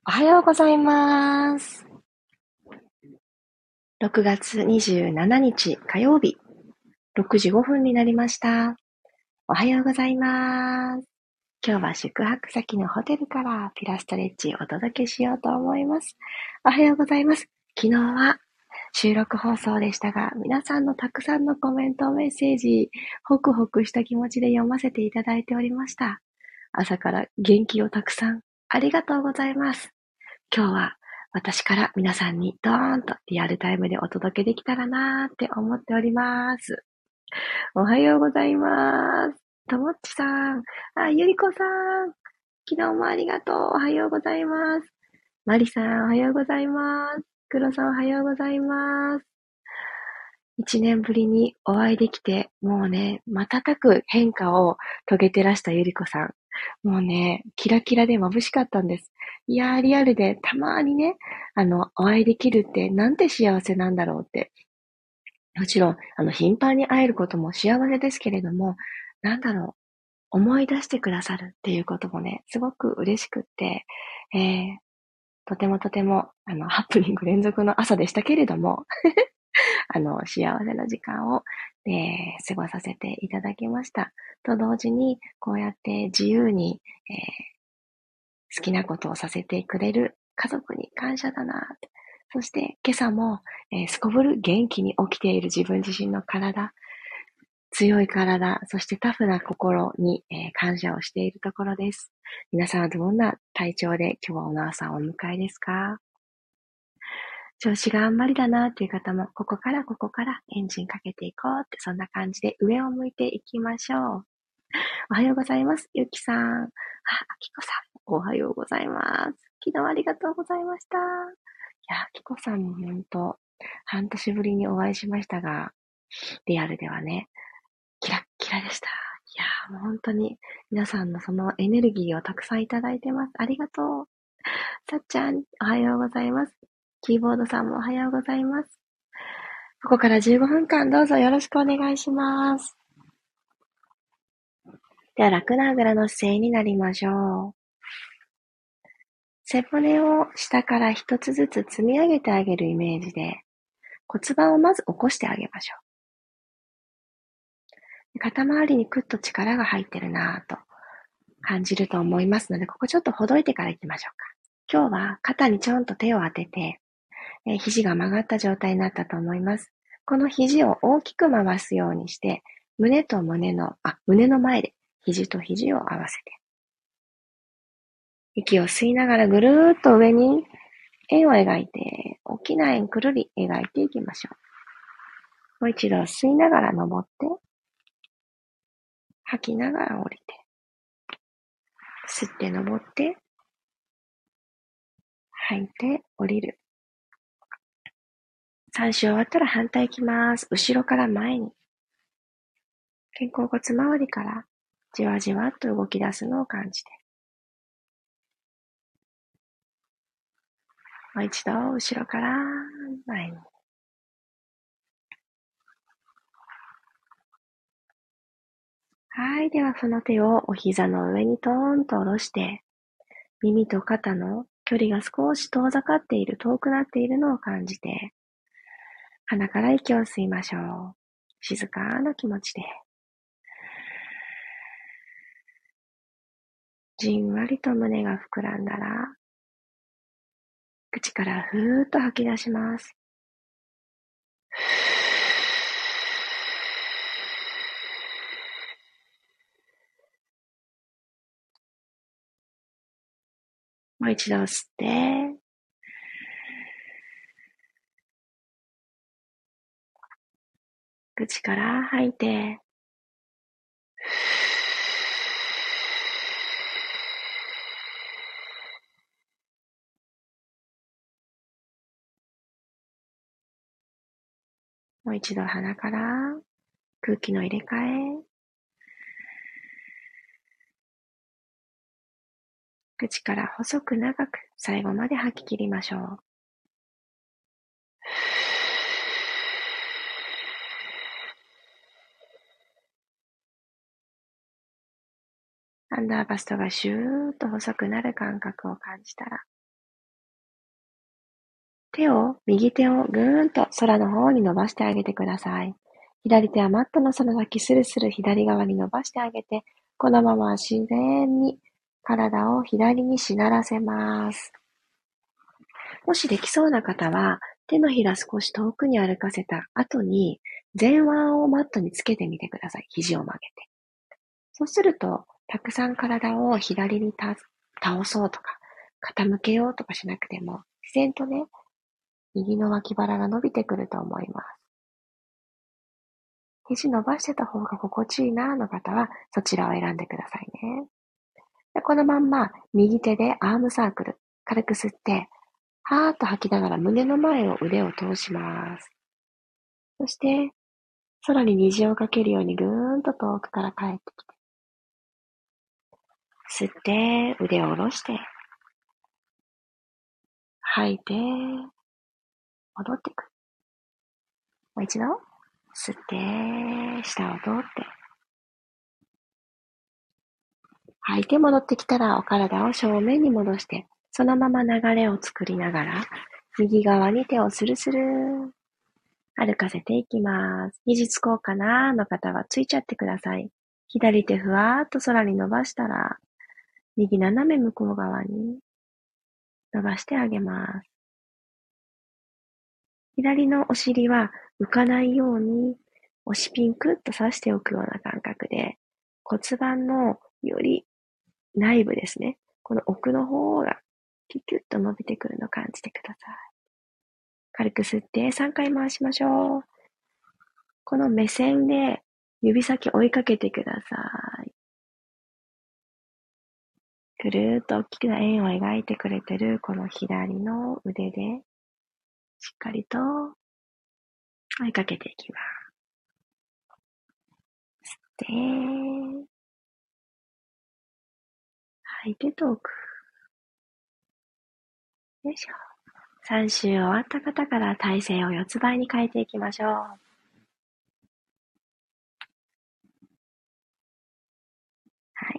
おはようございます。6月27日火曜日、6時5分になりました。おはようございます。今日は宿泊先のホテルからピラストレッチをお届けしようと思います。おはようございます。昨日は収録放送でしたが、皆さんのたくさんのコメント、メッセージ、ホクホクした気持ちで読ませていただいておりました。朝から元気をたくさんありがとうございます。今日は私から皆さんにドーンとリアルタイムでお届けできたらなーって思っております。おはようございます。ともっちさん。ゆりこさん。昨日もありがとう。おはようございます。まりさん、おはようございます。くろさん、おはようございます。1年ぶりにお会いできて、もうね、瞬く変化を遂げてらしたゆりこさん。もうね、キラキラで眩しかったんです。いやー、リアルでたまーにね、お会いできるってなんて幸せなんだろうって。もちろん、頻繁に会えることも幸せですけれども、なんだろう、思い出してくださるっていうこともね、すごく嬉しくって、えー、とてもとても、ハプニング連続の朝でしたけれども、幸せな時間を、過ごさせていただきました。と同時に、こうやって自由に、好きなことをさせてくれる家族に感謝だなって。そして今朝も、すこぶる元気に起きている自分自身の体、強い体、そしてタフな心に、感謝をしているところです。皆さんはどんな体調で今日の朝をお迎えですか？調子があんまりだなっていう方も、ここからエンジンかけていこうって、そんな感じで上を向いていきましょう。おはようございます。ゆきさん。あきこさん。おはようございます。昨日ありがとうございました。いや、あきこさんもほんと、半年ぶりにお会いしましたが、リアルではね、キラッキラでした。いや、もう本当に皆さんのそのエネルギーをたくさんいただいてます。ありがとう。さっちゃん、おはようございます。キーボードさんもおはようございます。ここから15分間どうぞよろしくお願いします。では楽なあぐらの姿勢になりましょう。背骨を下から一つずつ積み上げてあげるイメージで骨盤をまず起こしてあげましょう。肩周りにクッと力が入ってるなぁと感じると思いますので、ここちょっとほどいてから行きましょうか。今日は肩にちょんと手を当てて、肘が曲がった状態になったと思います。この肘を大きく回すようにして、胸の前で肘と肘を合わせて、息を吸いながらぐるーっと上に円を描いて、大きな円くるり描いていきましょう。もう一度吸いながら登って、吐きながら降りて、吸って登って、吐いて降りる。3周終わったら反対いきます。後ろから前に。肩甲骨周りからじわじわっと動き出すのを感じて。もう一度後ろから前に。はい。ではその手をお膝の上にトーンと下ろして、耳と肩の距離が少し遠ざかっている、遠くなっているのを感じて、鼻から息を吸いましょう。静かな気持ちで。じんわりと胸が膨らんだら、口からふーっと吐き出します。もう一度吸って、口から吐いて、もう一度鼻から空気の入れ替え、口から細く長く最後まで吐き切りましょう。アンダーバストがシューッと細くなる感覚を感じたら、 右手をぐーんと空の方に伸ばしてあげてください。左手はマットのその先スルスル左側に伸ばしてあげて、このまま自然に体を左にしならせます。もしできそうな方は、手のひら少し遠くに歩かせた後に、前腕をマットにつけてみてください。肘を曲げて。そうすると、たくさん体を左に倒そうとか、傾けようとかしなくても、自然とね、右の脇腹が伸びてくると思います。肘伸ばしてた方が心地いいなの方は、そちらを選んでくださいね。でこのまんま、右手でアームサークル、軽く吸って、はーっと吐きながら胸の前を腕を通します。そして、空に虹をかけるようにぐーんと遠くから帰ってきて、吸って、腕を下ろして、吐いて、戻ってくる。もう一度、吸って、下を通って、吐いて戻ってきたらお体を正面に戻して、そのまま流れを作りながら、右側に手をスルスル歩かせていきます。肘つこうかなの方はついちゃってください。左手ふわーっと空に伸ばしたら、右斜め向こう側に伸ばしてあげます。左のお尻は浮かないように、押しピンクっと刺しておくような感覚で、骨盤のより内部ですね。この奥の方がキュキュッと伸びてくるのを感じてください。軽く吸って3回回しましょう。この目線で指先追いかけてください。ぐるーっと大きな円を描いてくれてるこの左の腕でしっかりと追いかけていきます。で、吐いて遠く。よいしょ。3周終わった方から体勢を四つ倍に変えていきましょう。はい、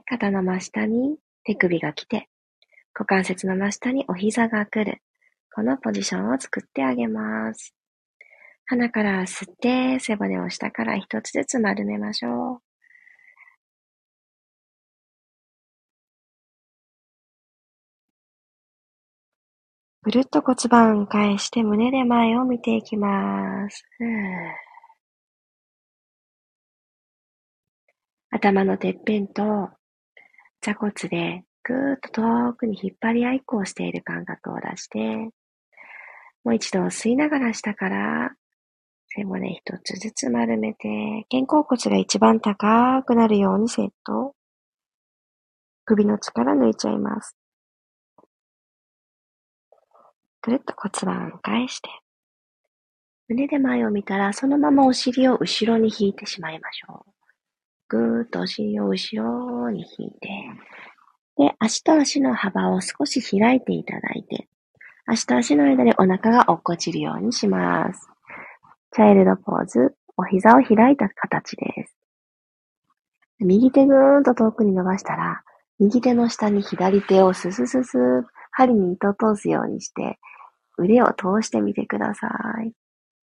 肩の真下に手首が来て、股関節の真下にお膝が来る。このポジションを作ってあげます。鼻から吸って、背骨を下から一つずつ丸めましょう。ぐるっと骨盤返して胸で前を見ていきます。頭のてっぺんと座骨でぐーっと遠くに引っ張り合いっこをしている感覚を出して、もう一度吸いながら下から背骨一つずつ丸めて、肩甲骨が一番高くなるようにセット。首の力抜いちゃいます。ぐるっと骨盤返して、胸で前を見たら、そのままお尻を後ろに引いてしまいましょう。ぐーっとお尻を後ろに引いて、で、足と足の幅を少し開いていただいて、足と足の間でお腹が落っこちるようにします。チャイルドポーズ、お膝を開いた形です。右手ぐーんと遠くに伸ばしたら、右手の下に左手をスススス針に糸通すようにして、腕を通してみてください。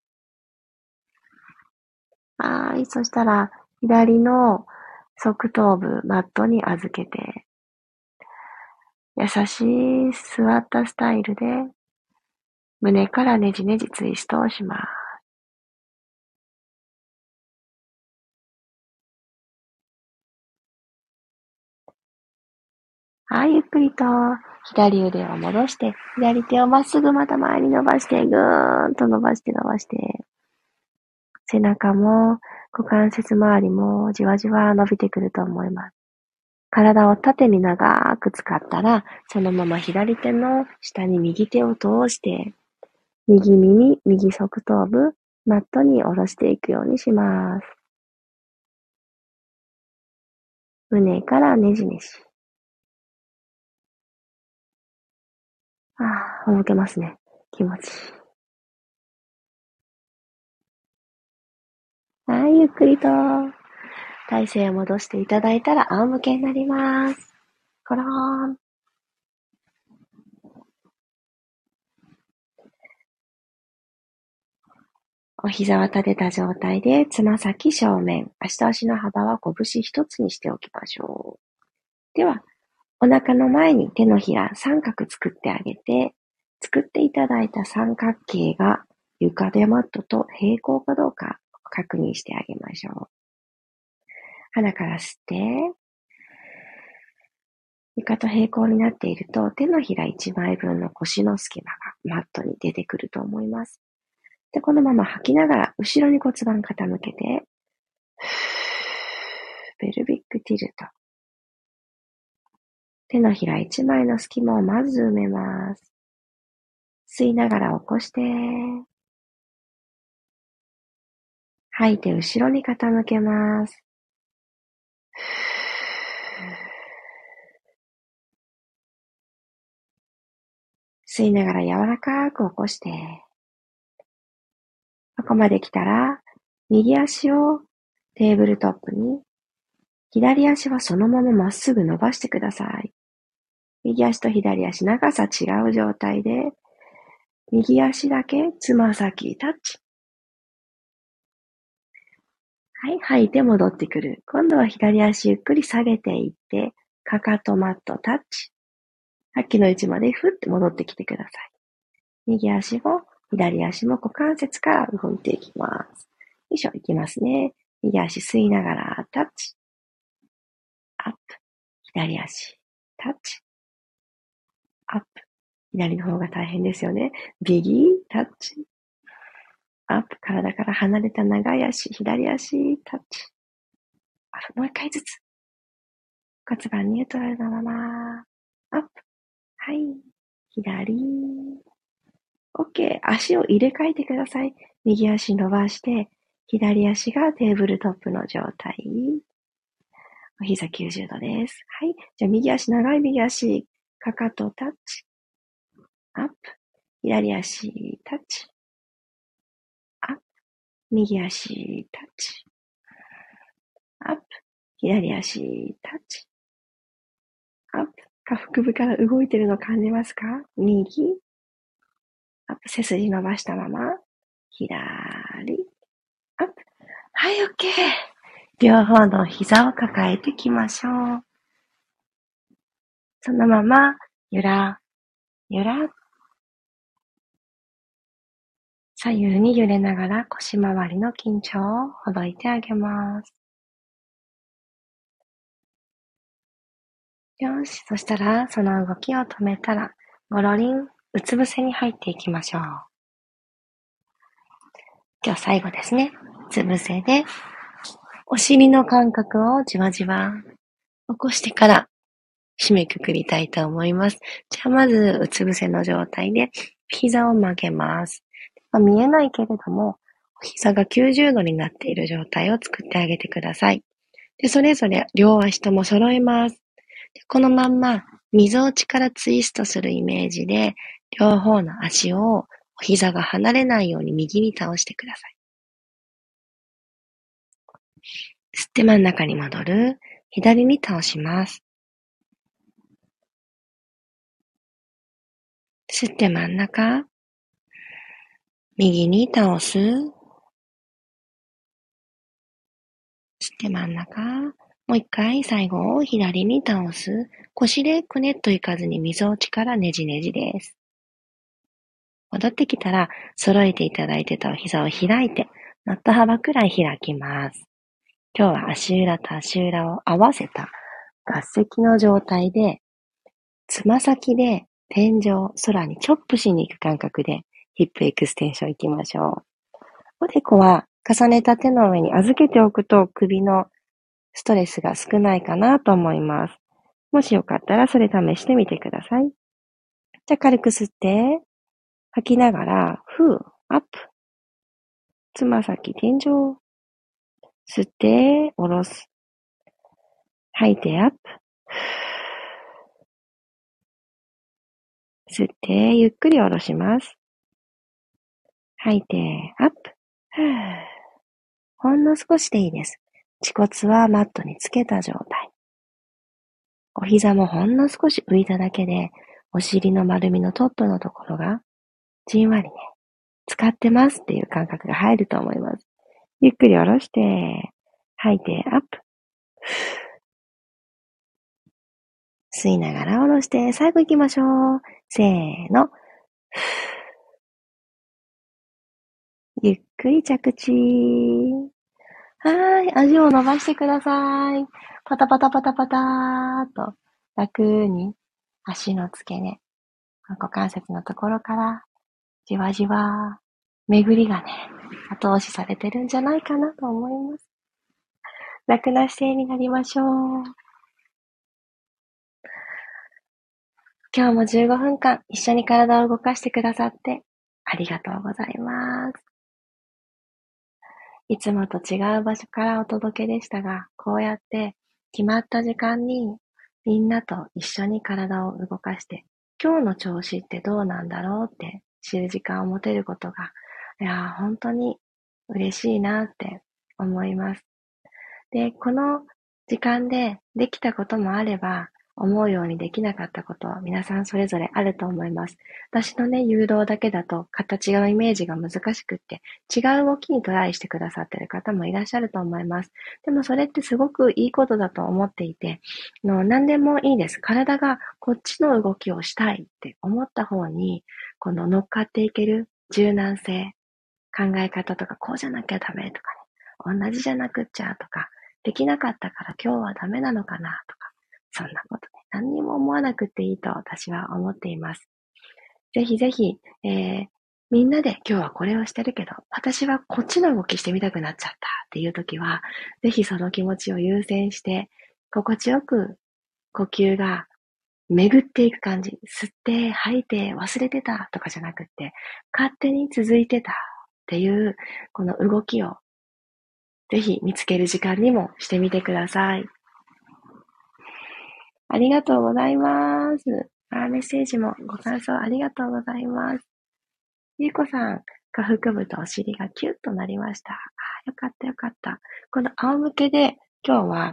はい。そしたら、左の側頭部、マットに預けて、優しい座ったスタイルで、胸からねじねじツイストをします。はい、ゆっくりと左腕を戻して、左手をまっすぐまた前に伸ばして、ぐーんと伸ばして伸ばして、背中も股関節周りもじわじわ伸びてくると思います。体を縦に長く使ったら、そのまま左手の下に右手を通して、右耳、右側頭部、マットに下ろしていくようにします。胸からねじねじ。ほどけますね。気持ちいい。はい、ゆっくりと体勢を戻していただいたら仰向けになります。コローン。 お膝は立てた状態で、つま先正面、足と足の幅は拳一つにしておきましょう。では、お腹の前に手のひら三角作ってあげて、作っていただいた三角形が床でマットと平行かどうか確認してあげましょう。鼻から吸って、床と平行になっていると、手のひら一枚分の腰の隙間がマットに出てくると思います。で、このまま吐きながら、後ろに骨盤傾けて、ベルビックティルト。手のひら一枚の隙間をまず埋めます。吸いながら起こして、吐いて後ろに傾けます。吸いながら柔らかく起こして、ここまで来たら、右足をテーブルトップに、左足はそのまままっすぐ伸ばしてください。右足と左足長さ違う状態で、右足だけつま先タッチ。はい、吐いて戻ってくる。今度は左足ゆっくり下げていって、かかとマットタッチ。さっきの位置までふって戻ってきてください。右足も左足も股関節から動いていきます。よいしょ、いきますね。右足吸いながらタッチ。アップ。左足、タッチ。アップ。左の方が大変ですよね。右、タッチ。アップ。体から離れた長い足、左足、タッチ。アップ。もう一回ずつ。骨盤ニュートラルのまま。アップ。はい。左。OK。足を入れ替えてください。右足伸ばして、左足がテーブルトップの状態。お膝90度です。はい。じゃあ右足、長い右足、かかとタッチ。アップ。左足、タッチ。アップ。右足、タッチ。アップ。左足、タッチ。アップ。下腹部から動いてるの感じますか？右。アップ。背筋伸ばしたまま。左。アップ。はい、OK。両方の膝を抱えていきましょう。そのまま、ゆら、ゆら。左右に揺れながら腰回りの緊張をほどいてあげます。よし、そしたらその動きを止めたら、ごろりん、うつ伏せに入っていきましょう。今日最後ですね。うつ伏せで、お尻の感覚をじわじわ起こしてから締めくくりたいと思います。じゃあまず、うつ伏せの状態で、膝を曲げます。見えないけれども、膝が90度になっている状態を作ってあげてください。で、それぞれ両足とも揃えます。で、このまんま、溝落ちからツイストするイメージで、両方の足をお膝が離れないように右に倒してください。吸って真ん中に戻る。左に倒します。吸って真ん中。右に倒す。吸って真ん中。もう一回最後を左に倒す。腰でくねっといかずに溝落ちからねじねじです。戻ってきたら揃えていただいてたお膝を開いて、マット幅くらい開きます。今日は足裏と足裏を合わせた合席の状態で、つま先で天井、空にチョップしに行く感覚でヒップエクステンション行きましょう。おでこは重ねた手の上に預けておくと首のストレスが少ないかなと思います。もしよかったらそれ試してみてください。じゃあ軽く吸って、吐きながら、アップ。つま先天井。吸って、下ろす。吐いて、アップ。吸って、ゆっくり下ろします。吐いて、アップ。ほんの少しでいいです。恥骨はマットにつけた状態。お膝もほんの少し浮いただけで、お尻の丸みのトップのところが、じんわりね、 使ってますっていう感覚が入ると思います。ゆっくり下ろして、吐いてアップ。吸いながら下ろして、最後行きましょう。せーの。ゆっくり着地。はい。足を伸ばしてください。パタパタパタパターっと楽に足の付け根、股関節のところからじわじわ巡りがね、後押しされてるんじゃないかなと思います。楽な姿勢になりましょう。今日も15分間一緒に体を動かしてくださってありがとうございます。いつもと違う場所からお届けでしたが、こうやって決まった時間にみんなと一緒に体を動かして、今日の調子ってどうなんだろうって知る時間を持てることが、本当に嬉しいなって思います。で、この時間でできたこともあれば、思うようにできなかったことは皆さんそれぞれあると思います。私のね、誘導だけだと形がイメージが難しくって、違う動きにトライしてくださっている方もいらっしゃると思います。でもそれってすごくいいことだと思っていて、何でもいいです。体がこっちの動きをしたいって思った方に、この乗っかっていける柔軟性、考え方とか、こうじゃなきゃダメとかね、同じじゃなくっちゃとか、できなかったから今日はダメなのかなとか、そんなことね、何にも思わなくていいと私は思っています。ぜひぜひ、みんなで今日はこれをしてるけど、私はこっちの動きしてみたくなっちゃったっていう時は、ぜひその気持ちを優先して、心地よく呼吸が巡っていく感じ。吸って吐いて忘れてたとかじゃなくって、勝手に続いてたっていう、この動きをぜひ見つける時間にもしてみてください。ありがとうございます。メッセージもご感想ありがとうございます。ゆうこさん、下腹部とお尻がキュッとなりました。よかったよかった。この仰向けで今日は、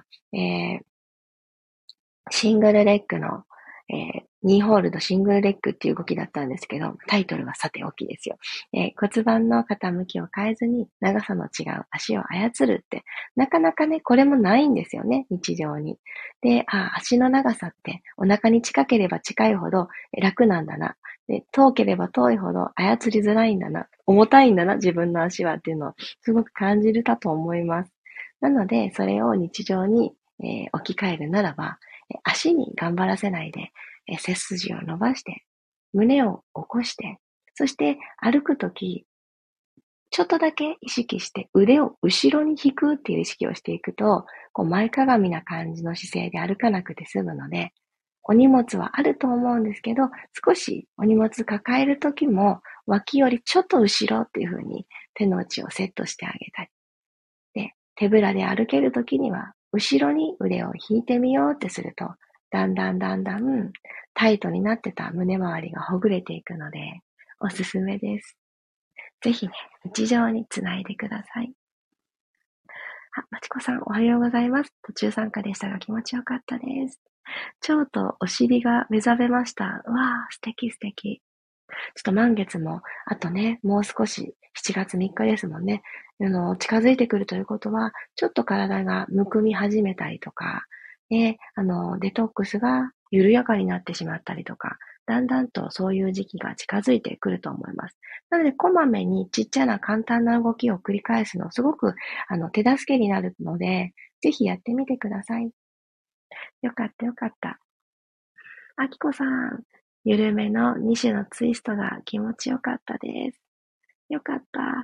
シングルレッグの、ニーホールドシングルレッグっていう動きだったんですけど、タイトルはさておきですよ。骨盤の傾きを変えずに長さの違う足を操るって、なかなかね、これもないんですよね、日常に。で、足の長さってお腹に近ければ近いほど楽なんだな。で、遠ければ遠いほど操りづらいんだな。重たいんだな、自分の足はっていうのをすごく感じるかと思います。なので、それを日常に、置き換えるならば、足に頑張らせないで、背筋を伸ばして、胸を起こして、そして歩くとき、ちょっとだけ意識して腕を後ろに引くっていう意識をしていくと、こう前かがみな感じの姿勢で歩かなくて済むので、お荷物はあると思うんですけど、少しお荷物抱えるときも、脇よりちょっと後ろっていう風に手の内をセットしてあげたり、で、手ぶらで歩けるときには、後ろに腕を引いてみようってすると、だんだんだんだんタイトになってた胸周りがほぐれていくので、おすすめです。ぜひね、日常につないでください。まちこさん、おはようございます。途中参加でしたが気持ちよかったです。腸とお尻が目覚めました。うわー、素敵素敵。ちょっと満月も、あとね、もう少し、7月3日ですもんね。近づいてくるということは、ちょっと体がむくみ始めたりとか、で、デトックスが緩やかになってしまったりとか、だんだんとそういう時期が近づいてくると思います。なので、こまめにちっちゃな簡単な動きを繰り返すの、すごく、手助けになるので、ぜひやってみてください。よかったよかった。あきこさん、ゆるめの2種のツイストが気持ちよかったです。よかった。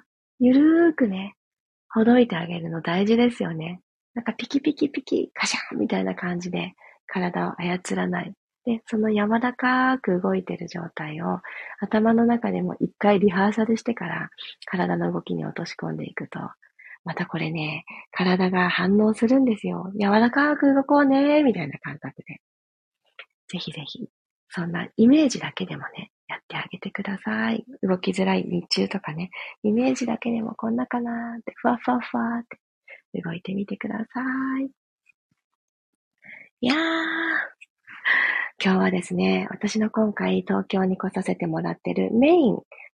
ゆるーくね、ほどいてあげるの大事ですよね。なんかピキピキピキ、カシャンみたいな感じで体を操らない。で、その柔らかく動いてる状態を頭の中でも一回リハーサルしてから体の動きに落とし込んでいくと、またこれね、体が反応するんですよ。柔らかく動こうね、みたいな感覚で。ぜひぜひ、そんなイメージだけでもね、やってあげてください。動きづらい日中とかね、イメージだけでもこんなかなーって、ふわふわふわって動いてみてください。いやー、今日はですね、私の今回東京に来させてもらってるメイン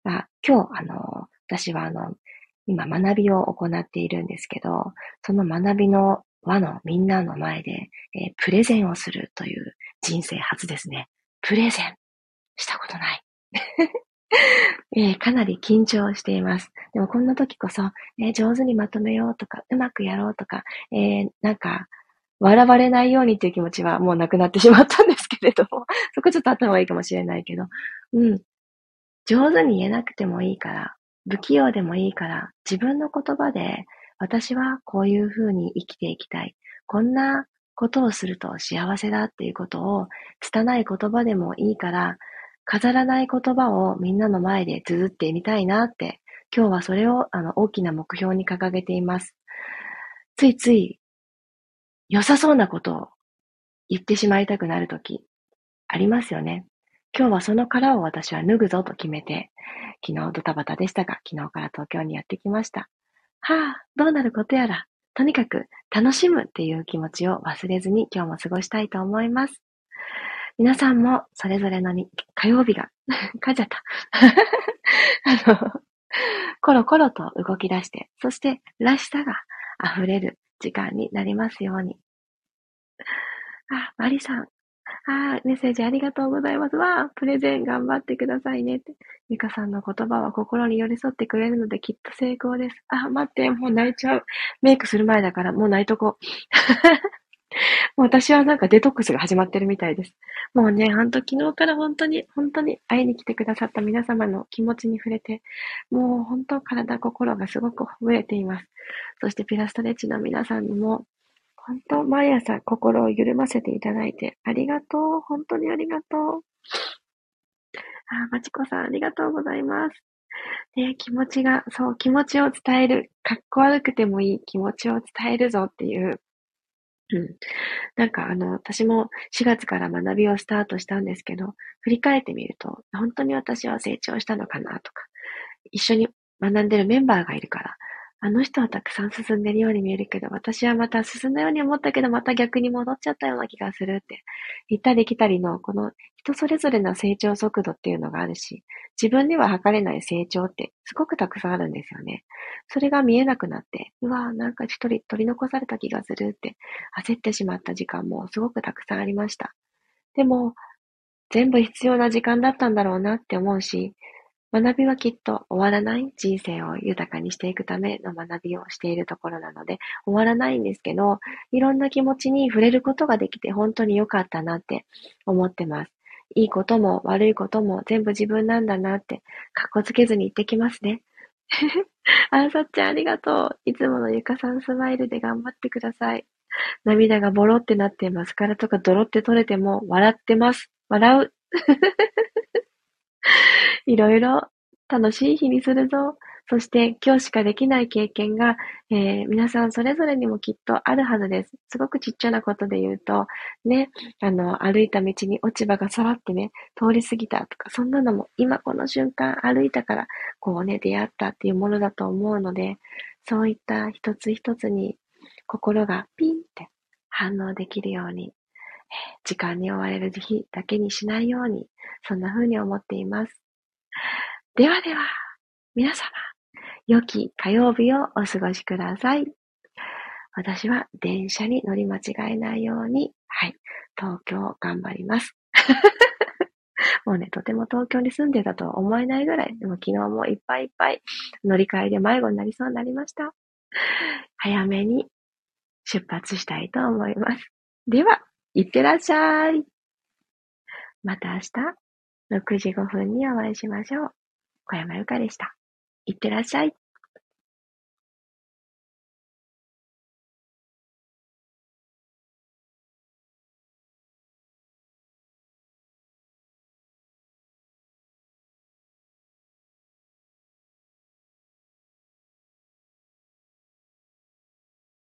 今日、私は今学びを行っているんですけど、その学びの輪のみんなの前で、プレゼンをするという人生初ですね。プレゼンしたことない。かなり緊張しています。でもこんな時こそ、上手にまとめようとか、うまくやろうとか、なんか、笑われないようにっていう気持ちはもうなくなってしまったんですけれども、そこちょっとあった方がいいかもしれないけど、上手に言えなくてもいいから、不器用でもいいから、自分の言葉で、私はこういう風に生きていきたい。こんなことをすると幸せだっていうことを、拙い言葉でもいいから、飾らない言葉をみんなの前で綴ってみたいなって、今日はそれを大きな目標に掲げています。ついつい良さそうなことを言ってしまいたくなるとき、ありますよね。今日はその殻を私は脱ぐぞと決めて、昨日ドタバタでしたが、昨日から東京にやってきました。どうなることやら、とにかく楽しむっていう気持ちを忘れずに今日も過ごしたいと思います。皆さんもそれぞれの火曜日が、噛んじゃった。コロコロと動き出して、そしてらしさが溢れる時間になりますように。マリさん。メッセージありがとうございます。プレゼン頑張ってくださいねって。ミカさんの言葉は心に寄り添ってくれるのできっと成功です。待って、もう泣いちゃう。メイクする前だからもう泣いとこう。もう私はなんかデトックスが始まってるみたいです。もうね、昨日から本当に会いに来てくださった皆様の気持ちに触れて、もう本当体心がすごく震えています。そしてピラストレッチの皆さんにも、本当、毎朝心を緩ませていただいて、ありがとう。本当にありがとう。まちこさん、ありがとうございます。気持ちを伝える。かっこ悪くてもいい気持ちを伝えるぞっていう。私も4月から学びをスタートしたんですけど、振り返ってみると、本当に私は成長したのかなとか、一緒に学んでるメンバーがいるから、あの人はたくさん進んでるように見えるけど、私はまた進んだように思ったけど、また逆に戻っちゃったような気がするって、行ったり来たりの、この人それぞれの成長速度っていうのがあるし、自分では測れない成長ってすごくたくさんあるんですよね。それが見えなくなって、なんか一人取り残された気がするって焦ってしまった時間もすごくたくさんありました。でも、全部必要な時間だったんだろうなって思うし、学びはきっと終わらない人生を豊かにしていくための学びをしているところなので、終わらないんですけど、いろんな気持ちに触れることができて本当に良かったなって思ってます。いいことも悪いことも全部自分なんだなって、かっこつけずに言ってきますね。さっちゃんありがとう。いつものゆかさんスマイルで頑張ってください。涙がボロってなってマスカラとかドロって取れても笑ってます。笑う。いろいろ楽しい日にするぞ。そして今日しかできない経験が、皆さんそれぞれにもきっとあるはずです。すごくちっちゃなことで言うと、ね、歩いた道に落ち葉がさらってね、通り過ぎたとか、そんなのも今この瞬間歩いたから、こうね、出会ったっていうものだと思うので、そういった一つ一つに心がピンって反応できるように、時間に追われる日だけにしないように、そんな風に思っています。ではでは、皆様、良き火曜日をお過ごしください。私は電車に乗り間違えないように、東京頑張ります。もうね、とても東京に住んでたとは思えないぐらい、でも昨日もいっぱいいっぱい乗り換えで迷子になりそうになりました。早めに出発したいと思います。では、いってらっしゃい。また明日、6時5分にお会いしましょう。小山由かでした。いってらっしゃい。